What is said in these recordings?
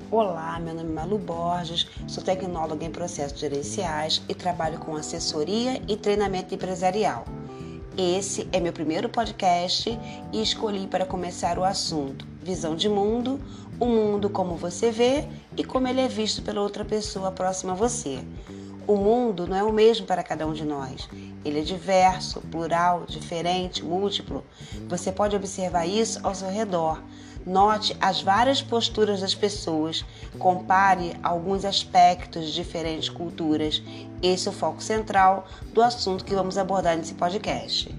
Olá, meu nome é Malu Borges, sou tecnóloga em processos gerenciais e trabalho com assessoria e treinamento empresarial. Esse é meu primeiro podcast e escolhi para começar o assunto Visão de Mundo, o mundo como você vê e como ele é visto pela outra pessoa próxima a você. O mundo não é o mesmo para cada um de nós. Ele é diverso, plural, diferente, múltiplo. Você pode observar isso ao seu redor. Note as várias posturas das pessoas. Compare alguns aspectos de diferentes culturas. Esse é o foco central do assunto que vamos abordar nesse podcast.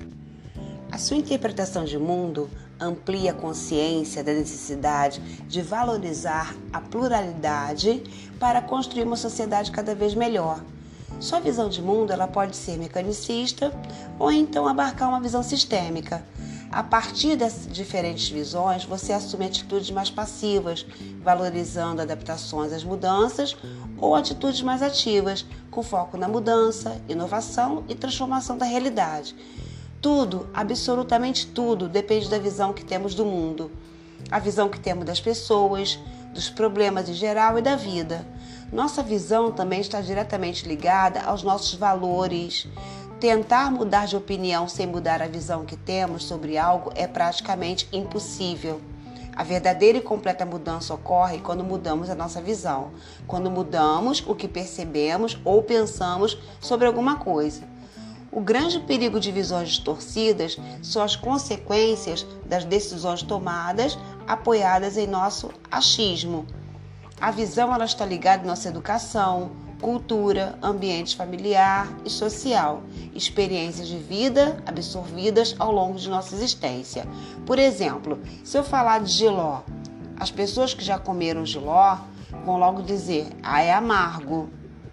A sua interpretação de mundo amplia a consciência da necessidade de valorizar a pluralidade para construir uma sociedade cada vez melhor. Sua visão de mundo ela pode ser mecanicista ou então abarcar uma visão sistêmica. A partir dessas diferentes visões, você assume atitudes mais passivas, valorizando adaptações às mudanças ou atitudes mais ativas, com foco na mudança, inovação e transformação da realidade. Tudo, absolutamente tudo, depende da visão que temos do mundo, a visão que temos das pessoas, dos problemas em geral e da vida. Nossa visão também está diretamente ligada aos nossos valores. Tentar mudar de opinião sem mudar a visão que temos sobre algo é praticamente impossível. A verdadeira e completa mudança ocorre quando mudamos a nossa visão, quando mudamos o que percebemos ou pensamos sobre alguma coisa. O grande perigo de visões distorcidas são as consequências das decisões tomadas apoiadas em nosso achismo. A visão ela está ligada à nossa educação, cultura, ambiente familiar e social, experiências de vida absorvidas ao longo de nossa existência. Por exemplo, se eu falar de jiló, as pessoas que já comeram jiló vão logo dizer, é amargo.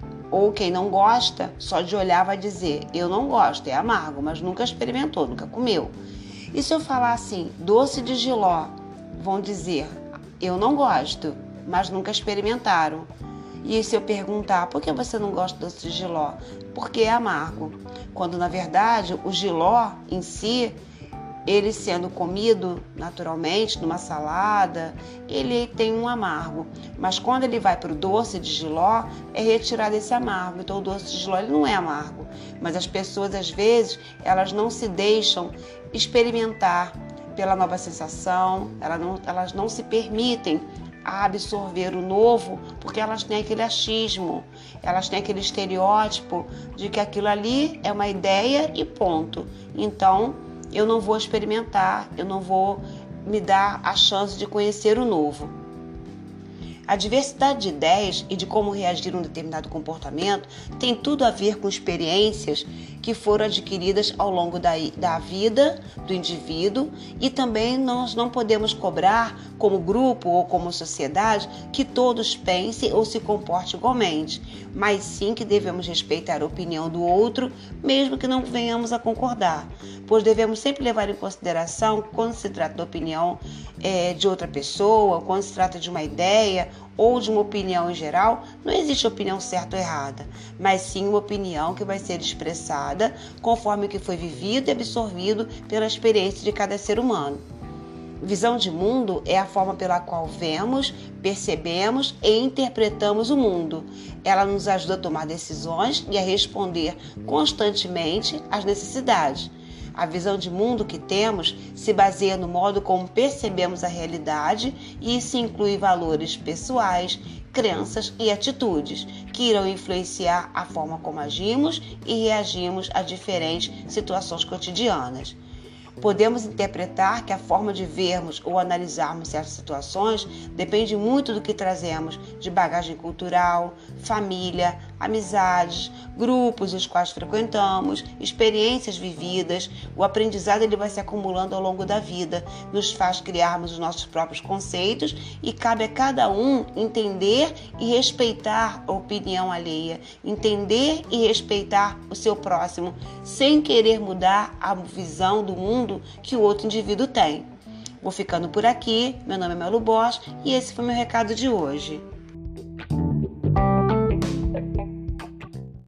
Ou quem não gosta, só de olhar vai dizer, eu não gosto, é amargo, mas nunca experimentou, nunca comeu. E se eu falar assim, doce de jiló, vão dizer, eu não gosto, mas nunca experimentaram. E se eu perguntar, por que você não gosta do doce de jiló? Porque é amargo. Quando, na verdade, o jiló em si, ele sendo comido naturalmente, numa salada, ele tem um amargo. Mas quando ele vai para o doce de jiló, é retirado esse amargo. Então, o doce de jiló ele não é amargo. Mas as pessoas, às vezes, elas não se deixam experimentar pela nova sensação, elas não se permitem a absorver o novo, porque elas têm aquele achismo, elas têm aquele estereótipo de que aquilo ali é uma ideia e ponto. Então, eu não vou experimentar, eu não vou me dar a chance de conhecer o novo. A diversidade de ideias e de como reagir a um determinado comportamento tem tudo a ver com experiências que foram adquiridas ao longo da vida do indivíduo e também nós não podemos cobrar como grupo ou como sociedade que todos pensem ou se comportem igualmente, mas sim que devemos respeitar a opinião do outro, mesmo que não venhamos a concordar, pois devemos sempre levar em consideração quando se trata da opinião de outra pessoa, quando se trata de uma ideia ou de uma opinião em geral, não existe opinião certa ou errada, mas sim uma opinião que vai ser expressada conforme o que foi vivido e absorvido pela experiência de cada ser humano. Visão de mundo é a forma pela qual vemos, percebemos e interpretamos o mundo. Ela nos ajuda a tomar decisões e a responder constantemente às necessidades. A visão de mundo que temos se baseia no modo como percebemos a realidade e isso inclui valores pessoais, crenças e atitudes que irão influenciar a forma como agimos e reagimos a diferentes situações cotidianas. Podemos interpretar que a forma de vermos ou analisarmos certas situações depende muito do que trazemos de bagagem cultural, família, amizades, grupos os quais frequentamos, experiências vividas. O aprendizado ele vai se acumulando ao longo da vida, nos faz criarmos os nossos próprios conceitos e cabe a cada um entender e respeitar a opinião alheia, entender e respeitar o seu próximo, sem querer mudar a visão do mundo que o outro indivíduo tem. Vou ficando por aqui, meu nome é Malu Borges e esse foi meu recado de hoje.